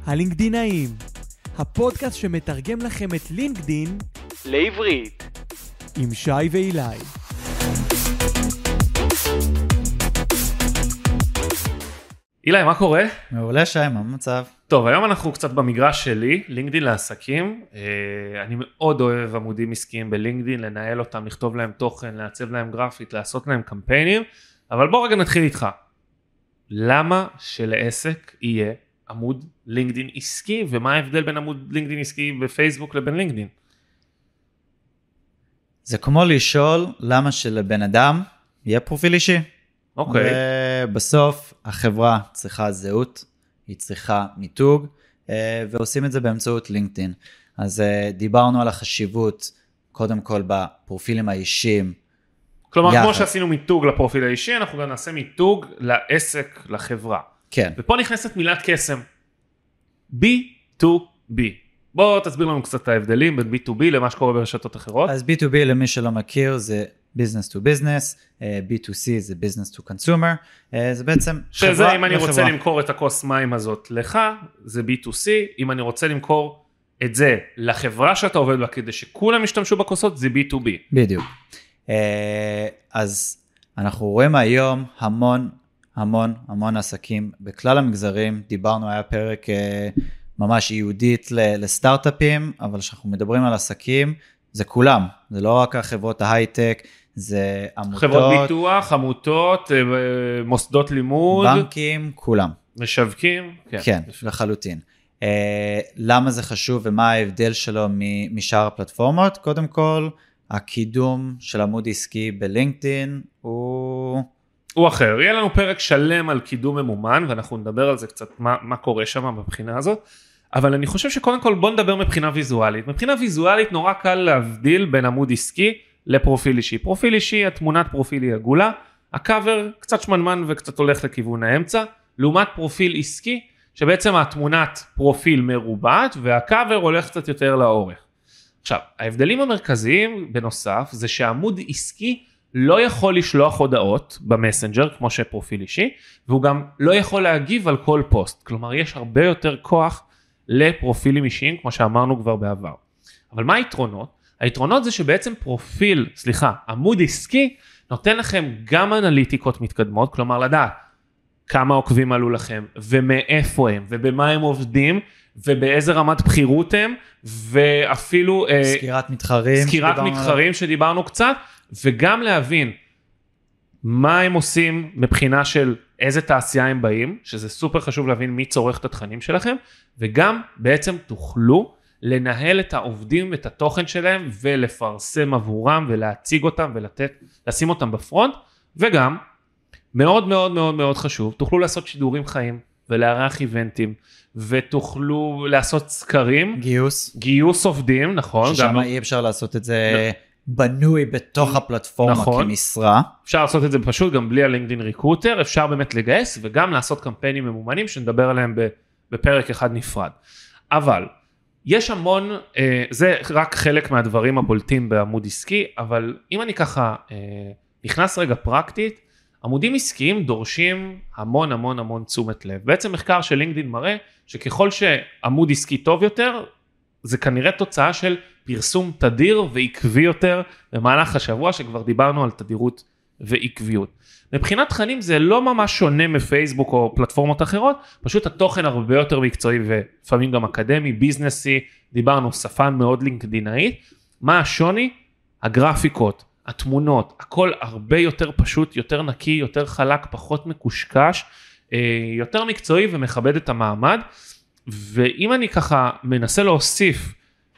הלינקדינאים, הפודקאסט שמתרגם לכם את לינקדין לעברית, עם שי ואילי. אילי, מה קורה? מעולה שי, מה המצב? טוב, היום אנחנו קצת במגרש שלי, לינקדין לעסקים. אני מאוד אוהב עמודים עסקיים בלינקדין, לנהל אותם, לכתוב להם תוכן, לעצב להם גרפית, לעשות להם קמפיינים, אבל בוא רגע נתחיל איתך. למה שלעסק יהיה עמוד לינקדין עסקי, ומה ההבדל בין עמוד לינקדין עסקי בפייסבוק לבין לינקדין? זה כמו לשאול למה שלבן אדם יהיה פרופיל אישי. אוקיי. ובסוף החברה צריכה זהות, היא צריכה מיתוג, ועושים את זה באמצעות לינקדין. אז דיברנו על החשיבות, קודם כל בפרופילים האישיים. כלומר, כמו שעשינו מיתוג לפרופיל האישי, אנחנו גם נעשה מיתוג לעסק, לחברה. כן. ופה נכנסת מילת קסם. B2B. בוא תסביר לנו קצת את ההבדלים בין B2B למה שקורה ברשתות אחרות. אז B2B למי שלא מכיר זה business to business, B2C זה business to consumer, זה בעצם חברה שזה אם אני לחברה. רוצה למכור את הכוס מים הזאת לך, זה B2C, אם אני רוצה למכור את זה לחברה שאתה עובד בה, כדי שכולם ישתמשו בכוסות, זה B2B. בדיוק. אז אנחנו רואים היום המון עסקים בכלל המגזרים, דיברנו, היה פרק ממש ייעודית לסטארט-אפים, אבל כשאנחנו מדברים על עסקים, זה כולם, זה לא רק החברות ההייטק, זה עמותות, חברות ביטוח, עמותות, מוסדות לימוד, בנקים, כולם. משווקים. כן, לחלוטין. למה זה חשוב ומה ההבדל שלו משאר הפלטפורמות? קודם כל, הקידום של עמוד עסקי בלינקדין הוא אחר. יהיה לנו פרק שלם על קידום ממומן, ואנחנו נדבר על זה קצת מה קורה שם מבחינה הזאת. אבל אני חושב שקודם כל בוא נדבר מבחינה ויזואלית. מבחינה ויזואלית נורא קל להבדיל בין עמוד עסקי לפרופיל אישי. פרופיל אישי, התמונת פרופיל היא עגולה, הקאבר קצת שמנמן וקצת הולך לכיוון האמצע, לעומת פרופיל עסקי, שבעצם התמונת פרופיל מרובעת, והקאבר הולך קצת יותר לאורך. עכשיו, ההבדלים המרכזיים בנוסף, זה שעמוד עסקי לא יכול לשלוח הודעות במסנג'ר, כמו שפרופיל אישי, והוא גם לא יכול להגיב על כל פוסט. כלומר, יש הרבה יותר כוח לפרופילים אישיים, כמו שאמרנו כבר בעבר. אבל מה היתרונות? היתרונות זה שבעצם עמוד עסקי, נותן לכם גם אנליטיקות מתקדמות, כלומר לדעת כמה עוקבים עלו לכם, ומאיפה הם, ובמה הם עובדים, ובאיזה רמת בחירות הם, ואפילו סקירת מתחרים שדיברנו קצת, וגם להבין מה הם עושים מבחינה של איזה תעשייה הם באים, שזה סופר חשוב להבין מי צורך את התכנים שלכם, וגם בעצם תוכלו לנהל את העובדים ואת התוכן שלהם, ולפרסם עבורם ולהציג אותם ולשים אותם בפרונט, וגם מאוד מאוד מאוד מאוד חשוב, תוכלו לעשות שידורים חיים ולארח איבנטים, ותוכלו לעשות סקרים. גיוס עובדים, נכון. ששם אי אפשר לעשות את זה בנוי בתוך הפלטפורמה כמשרה. אפשר לעשות את זה פשוט גם בלי הלינקדין ריקרוטר, אפשר באמת לגייס וגם לעשות קמפיינים ממומנים שנדבר עליהם בפרק אחד נפרד. אבל יש המון, זה רק חלק מהדברים הבולטים בעמוד עסקי, אבל אם אני ככה נכנס רגע פרקטית, עמודים עסקיים דורשים המון תשומת לב. בעצם מחקר של לינקדין מראה שככל שעמוד עסקי טוב יותר, זה כנראה תוצאה של פרסום תדיר ועקבי יותר במהלך השבוע, שכבר דיברנו על תדירות ועקביות. מבחינת תכנים זה לא ממש שונה מפייסבוק או פלטפורמות אחרות, פשוט התוכן הרבה יותר מקצועי ולפעמים גם אקדמי, ביזנסי, דיברנו שפה מאוד לינקדינאית. מה השוני? הגרפיקות, התמונות, הכל הרבה יותר פשוט, יותר נקי, יותר חלק, פחות מקושקש, יותר מקצועי ומכבד את המעמד. ואם אני ככה מנסה להוסיף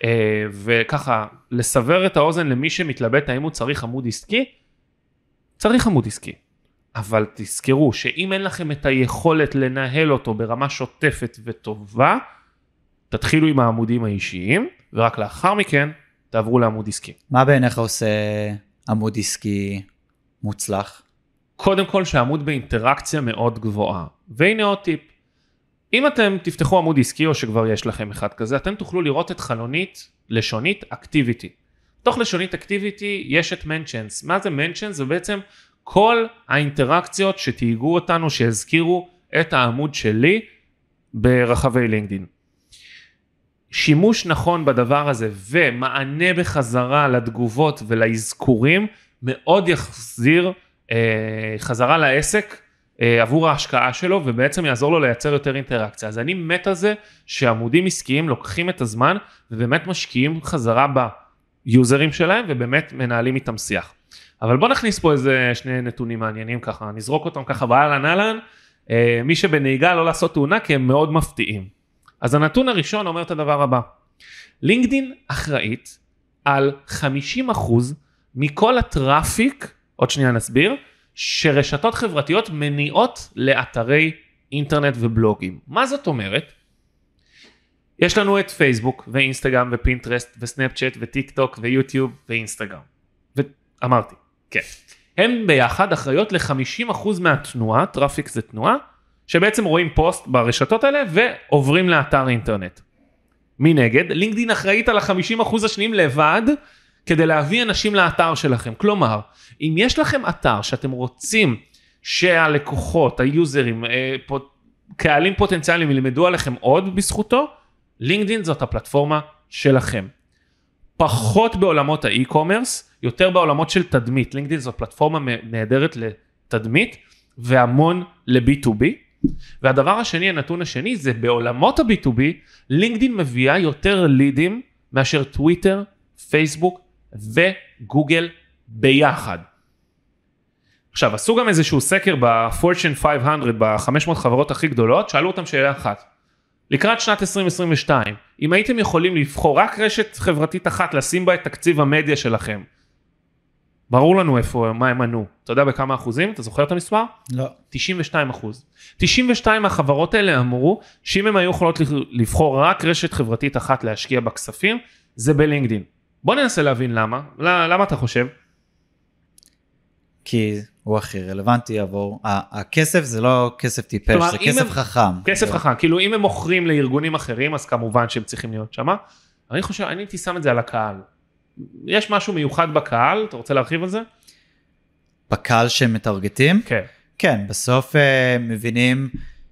וככה לסבר את האוזן למי שמתלבט האם הוא צריך עמוד עסקי, צריך עמוד עסקי. אבל תזכרו שאם אין לכם את היכולת לנהל אותו ברמה שוטפת וטובה, תתחילו עם העמודים האישיים, ורק לאחר מכן תעברו לעמוד עסקי. מה בעיניך עושה עמוד עסקי מוצלח? קודם כל שהעמוד באינטראקציה מאוד גבוהה. והנה עוד טיפ. אם אתם תפתחו עמוד עסקי או שכבר יש לכם אחד כזה, אתם תוכלו לראות את חלונית לשונית אקטיביטי. תוך לשונית אקטיביטי יש את מנשנס. מה זה מנשנס? זה בעצם כל האינטראקציות שתהיגו אותנו, שהזכירו את העמוד שלי ברחבי לינקדין. שימוש נכון בדבר הזה ומענה בחזרה לתגובות ולהזכורים, מאוד יחזיר חזרה לעסק עבור ההשקעה שלו, ובעצם יעזור לו לייצר יותר אינטראקציה. אז אני מת על זה שעמודים עסקיים לוקחים את הזמן, ובאמת משקיעים חזרה ביוזרים שלהם, ובאמת מנהלים איתם שיח. אבל בוא נכניס פה איזה שני נתונים מעניינים ככה, נזרוק אותם ככה באלן, מי שבנהיגה לא לעשות תאונה, כי הם מאוד מפתיעים. אז הנתון הראשון אומר את הדבר הבא, לינקדין אחראית על 50% מכל הטראפיק, עוד שנייה נסביר, שרשתות חברתיות מניעות לאתרי אינטרנט ובלוגים. מה זאת אומרת? יש לנו את פייסבוק ואינסטגרם ופינטרסט וסנאפצ'אט וטיק טוק ויוטיוב ואינסטגרם. ואמרתי, כן. הם ביחד אחראיות ל-50% מהתנועה, טראפיק זה תנועה, שבעצם רואים פוסט ברשתות האלה ועוברים לאתר אינטרנט. מנגד, לינקדין אחראית על ה-50% השניים לבד, כדי להביא אנשים לאתר שלכם. כלומר, אם יש לכם אתר שאתם רוצים שהלקוחות, היוזרים, קהלים פוטנציאליים ילמדו עליכם עוד בזכותו, לינקדין זאת הפלטפורמה שלכם. פחות בעולמות האי-קומרס, יותר בעולמות של תדמית. לינקדין זאת פלטפורמה נהדרת לתדמית, והמון ל-B2B. והדבר השני, הנתון השני, זה בעולמות ה-B2B, לינקדין מביאה יותר לידים מאשר טוויטר, פייסבוק וגוגל ביחד. עכשיו, עשו גם איזשהו סקר ב-Fortune 500, ב-500 חברות הכי גדולות, שאלו אותם שאלה אחת. לקראת שנת 2022, אם הייתם יכולים לבחור רק רשת חברתית אחת, לשים בה את תקציב המדיה שלכם, ברור לנו איפה, מה הם ענו. אתה יודע בכמה אחוזים? אתה זוכר את המספר? לא. 92%. 92 מהחברות האלה אמרו, שאם הם היו יכולות לבחור רק רשת חברתית אחת להשקיע בכספים, זה בלינקדין. בוא ננסה להבין למה. למה אתה חושב? כי הוא הכי רלוונטי עבור, הכסף זה לא כסף טיפש, זה כסף חכם. כסף חכם, כאילו אם הם מוכרים לארגונים אחרים, אז כמובן שהם צריכים להיות שמה. אני חושב, אני הייתי שם את זה על הקהל. יש משהו מיוחד בקהל, אתה רוצה להרחיב על זה? בקהל שהם מטרגטים? כן. כן, בסוף מבינים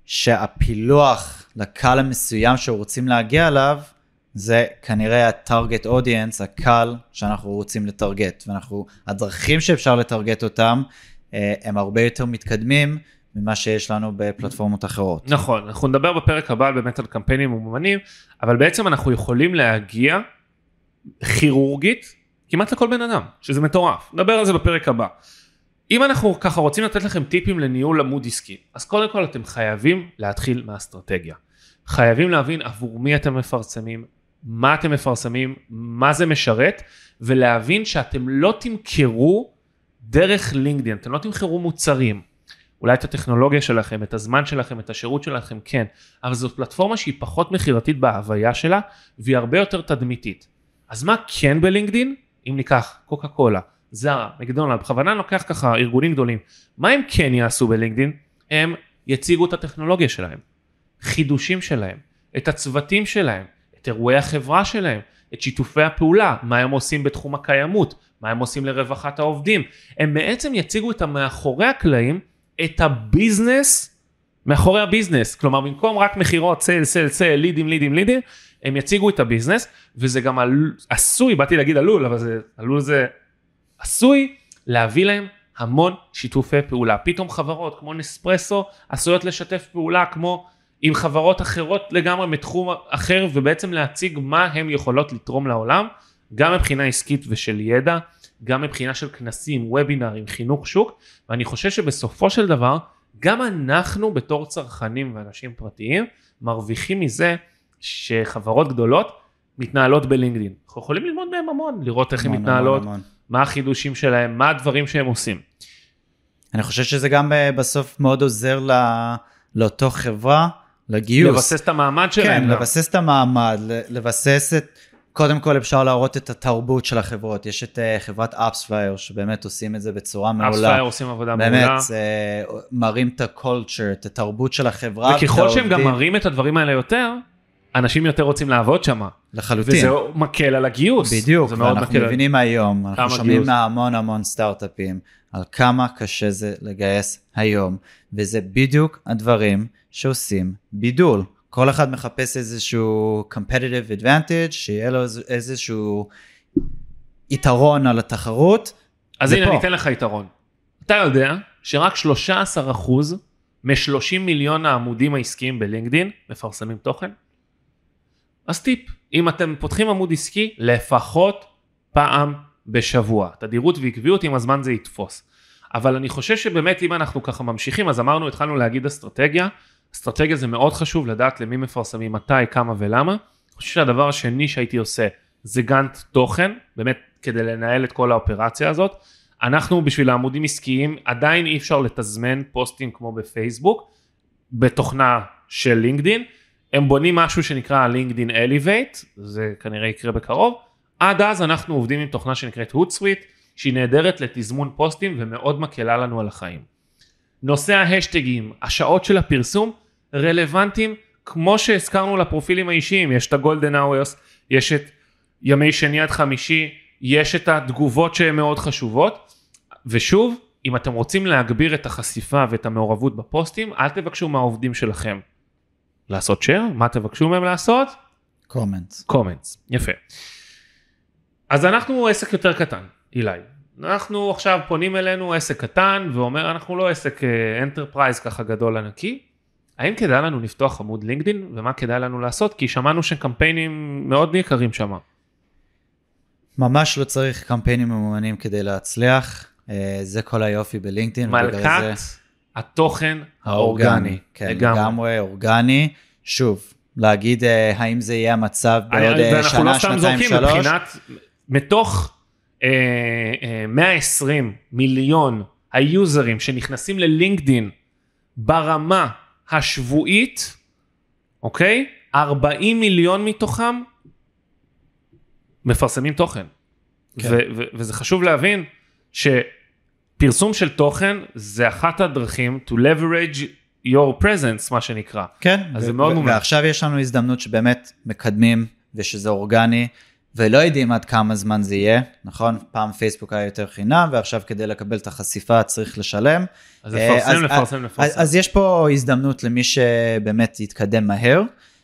שהפילוח לקהל המסוים שרוצים להגיע אליו, זה כנראה הטרגט אודיאנס, הקהל שאנחנו רוצים לטרגט, הדרכים שאפשר לטרגט אותם, הם הרבה יותר מתקדמים ממה שיש לנו בפלטפורמות אחרות. נכון, אנחנו נדבר בפרק הבא באמת על קמפיינים ומומנים, אבל בעצם אנחנו יכולים להגיע כירורגית כמעט לכל בן אדם, שזה מטורף. נדבר על זה בפרק הבא. אם אנחנו ככה רוצים לתת לכם טיפים לניהול עמוד עסקי, אז קודם כל אתם חייבים להתחיל מהאסטרטגיה. חייבים להבין עבור מי אתם מפרסמים, מה אתם מפרסמים, מה זה משרת, ולהבין שאתם לא תמכרו דרך לינקדין, אתם לא תמכרו מוצרים. אולי את הטכנולוגיה שלכם, את הזמן שלכם, את השירות שלכם, כן. אבל זאת פלטפורמה שהיא פחות מחירתית בהוויה שלה, והיא הרבה יותר תדמיתית. אז מה כן בלינקדין? אם ניקח קוקה קולה, זרה, מקדונלד, בכוונה לוקח ככה ארגונים גדולים. מה הם כן יעשו בלינקדין? הם יציגו את הטכנולוגיה שלהם, חידושים שלהם, את הצוותים שלהם, את אירועי החברה שלהם, את שיתופי הפעולה, מה הם עושים בתחום הקיימות, מה הם עושים לרווחת העובדים. הם בעצם יציגו את המאחורי הקלעים, את הביזנס, מאחורי הביזנס. כלומר, במקום רק מחירות, סל, לידים, הם יציגו את הביזנס, וזה גם עשוי, באתי להגיד עלול, אבל עלול זה עשוי להביא להם המון שיתופי פעולה. פתאום חברות כמו נספרסו עשויות לשתף פעולה כמו עם חברות אחרות לגמרי מתחום אחר, ובעצם להציג מה הן יכולות לתרום לעולם, גם מבחינה עסקית ושל ידע, גם מבחינה של כנסים, וובינרים, חינוך שוק, ואני חושב שבסופו של דבר, גם אנחנו בתור צרכנים ואנשים פרטיים, מרוויחים מזה שחברות גדולות מתנהלות בלינקדין. אנחנו יכולים ללמוד מהם המון, לראות איך הן מתנהלות, מה החידושים שלהם, מה הדברים שהם עושים. אני חושב שזה גם בסוף מאוד עוזר לאותו חברה, לגיוס. לבסס את המעמד שלהם. כן, לבסס את המעמד, לבסס את, קודם כל אפשר להראות את התרבות של החברות. יש את חברת AppsFlyer, שבאמת עושים את זה בצורה מעולה. AppsFlyer עושים עבודה מעולה. באמת, מראים את ה-culture, את התרבות של החברה. וככל שהם גם מראים את הדברים האלה יותר, אנשים יותר רוצים לעבוד שם. לחלוטין. וזה מקל על הגיוס. בדיוק, ואנחנו מבינים היום, אנחנו שומעים מהמון סטארט-אפים, על כמה קשה זה לגייס היום, וזה בדיוק הדברים שעושים בידול. כל אחד מחפש איזשהו competitive advantage, שיהיה לו איזשהו יתרון על התחרות. אז הנה, אני אתן לך יתרון. אתה יודע שרק 13% מ-30 מיליון העמודים העסקיים בלינקדין מפרסמים תוכן? אז טיפ, אם אתם פותחים עמוד עסקי, לפחות פעם בשבוע. תדירות ועקביות, עם הזמן זה יתפוס. אבל אני חושב שבאמת אם אנחנו ככה ממשיכים, אז התחלנו להגיד אסטרטגיה. אסטרטגיה זה מאוד חשוב לדעת למי מפרסמים, מתי, כמה ולמה. אני חושב שהדבר השני שהייתי עושה, זה גאנט תוכן, באמת כדי לנהל את כל האופרציה הזאת. אנחנו בשביל העמודים עסקיים, עדיין אי אפשר לתזמן פוסטים כמו בפייסבוק, בתוכנה של לינקדין. הם בונים משהו שנקרא לינקדין Elevate, זה כנראה יקרה בקרוב. עד אז אנחנו עובדים עם תוכנה שנקראת Hootsuite, שהיא נהדרת לתזמון פוסטים ומאוד מקלה לנו על החיים. נושא ההשטגים, השעות של הפרסום, רלוונטיים כמו שהזכרנו לפרופילים האישיים, יש את הגולדן אאוורס, יש את ימי שני עד חמישי, יש את התגובות שהן מאוד חשובות, ושוב, אם אתם רוצים להגביר את החשיפה ואת המעורבות בפוסטים, אל תבקשו מהעובדים שלכם לעשות share, מה תבקשו מהם לעשות? comments, יפה. אז אנחנו עסק יותר קטן, אילי. אנחנו עכשיו פונים אלינו עסק קטן, ואומר אנחנו לא עסק enterprise ככה גדול ענקי, האם כדאי לנו לפתוח עמוד לינקדין, ומה כדאי לנו לעשות? כי שמענו שקמפיינים מאוד יקרים שם. ממש לא צריך קמפיינים ממומנים כדי להצליח, זה כל היופי בלינקדין. מלכת התוכן האורגני. כן, לגמרי אורגני. שוב, להגיד האם זה יהיה המצב בעוד שנה, שנתיים, שלוש. מבחינת, מתוך 120 מיליון היוזרים שנכנסים ללינקדין ברמה השבועית, אוקיי? 40 מיליון מתוכם מפרסמים תוכן. כן. וזה חשוב להבין שפרסום של תוכן זה אחת הדרכים to leverage your presence, מה שנקרא. כן, אז זה מאוד מומלץ. ועכשיו יש לנו הזדמנות שבאמת מקדמים ושזה אורגני, ולא יודעים עד כמה זמן זה יהיה, נכון? פעם פייסבוק היה יותר חינם, ועכשיו כדי לקבל את החשיפה צריך לשלם. אז לפרסם. אז יש פה הזדמנות למי שבאמת יתקדם מהר,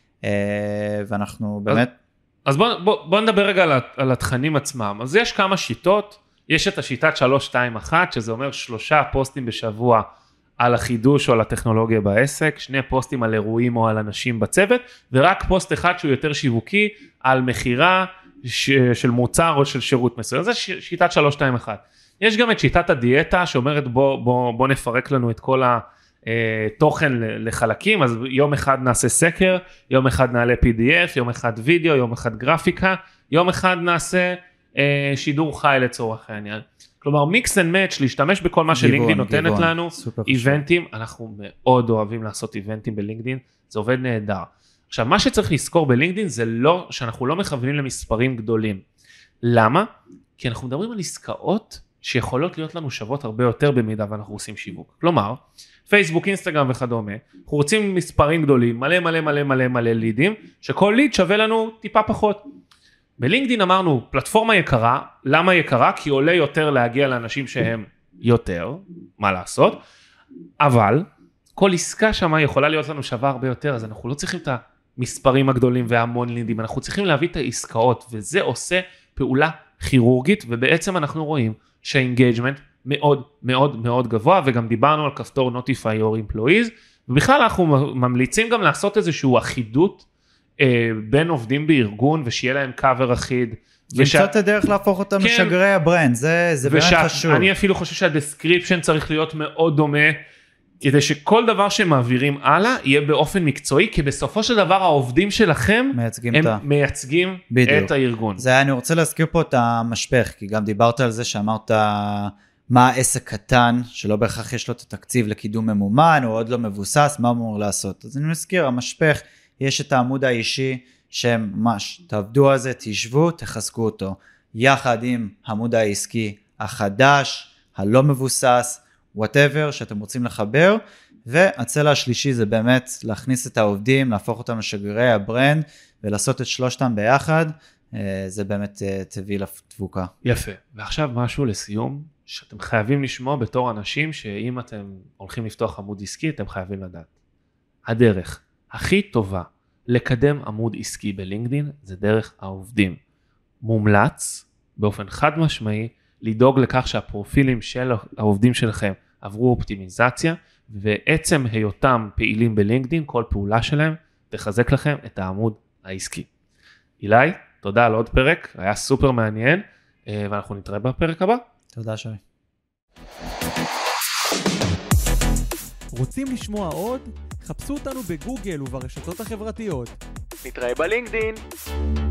ואנחנו באמת... אז בוא נדבר רגע על התכנים עצמם. אז יש כמה שיטות, יש את השיטת 321, שזה אומר 3 פוסטים בשבוע על החידוש או על הטכנולוגיה בעסק, 2 פוסטים על אירועים או על אנשים בצוות, ורק פוסט אחד שהוא יותר שיווקי על מחירה של מוצר או של שירות מסוים. זה שיטת 321. יש גם את שיטת הדיאטה שאומרת בוא נפרק לנו את כל התוכן לחלקים, אז יום אחד נעשה סקר, יום אחד נעלה PDF, יום אחד וידאו, יום אחד גרפיקה, יום אחד נעשה שידור חי לצורך העניין. כלומר, מיקס אנד מאץ', להשתמש בכל מה שלינקדין נותנת לנו, איבנטים, אנחנו מאוד אוהבים לעשות איבנטים בלינקדין, זה עובד נהדר. עכשיו, מה שצריך לזכור בלינקדין זה לא, שאנחנו לא מכוונים למספרים גדולים. למה? כי אנחנו מדברים על עסקאות שיכולות להיות לנו שוות הרבה יותר במידה ואנחנו עושים שיווק. כלומר, פייסבוק, אינסטגרם וכדומה, אנחנו רוצים מספרים גדולים, מלא לידים, שכל ליד שווה לנו טיפה פחות. בלינקדין אמרנו, פלטפורמה יקרה, למה יקרה? כי עולה יותר להגיע לאנשים שהם יותר, מה לעשות, אבל כל עסקה שמה יכולה להיות לנו שווה הרבה יותר, אז אנחנו לא צריכים את המספרים הגדולים והמון לידים, אנחנו צריכים להביא את העסקאות, וזה עושה פעולה כירורגית, ובעצם אנחנו רואים שהאינגייג'מנט מאוד מאוד מאוד גבוה, וגם דיברנו על כפתור Notify Your Employees, ובכלל אנחנו ממליצים גם לעשות איזשהו אחידות, בין עובדים בארגון, ושיהיה להם קאבר אחיד. למצוא את הדרך להפוך אותם לשגרי הברנד, זה באמת חשוב. אני אפילו חושב שהדסקריפשן צריך להיות מאוד דומה, כדי שכל דבר שמעבירים הלאה, יהיה באופן מקצועי, כי בסופו של דבר העובדים שלכם, מייצגים את הארגון. אני רוצה להזכיר פה את המשפך, כי גם דיברת על זה שאמרת, מה העסק קטן, שלא בהכרח יש לו את התקציב לקידום ממומן, או עוד לא מבוסס, מה אמור לעשות? אז אני מזכיר, המשפך, יש את העמוד האישי, שממש תעבדו על זה, תשבו, תחזקו אותו, יחד עם העמוד העסקי החדש, הלא מבוסס, whatever שאתם רוצים לחבר, והצלע השלישי זה באמת להכניס את העובדים, להפוך אותם לשגרירי הברנד, ולעשות את שלושתם ביחד, זה באמת תביא לתבוקה. יפה, ועכשיו משהו לסיום, שאתם חייבים לשמוע בתור אנשים, שאם אתם הולכים לפתוח עמוד עסקי, אתם חייבים לדעת. הדרך הכי טובה לקדם עמוד עסקי בלינקדין זה דרך העובדים. מומלץ באופן חד משמעי לדאוג לכך שהפרופילים של העובדים שלכם עברו אופטימיזציה, ועצם היותם פעילים בלינקדין, כל פעולה שלהם תחזק לכם את העמוד העסקי. אילי, תודה על עוד פרק, היה סופר מעניין, ואנחנו נתראה בפרק הבא. תודה שי. רוצים לשמוע עוד? חפשו אותנו בגוגל וברשתות החברתיות. נתראה בלינקדין.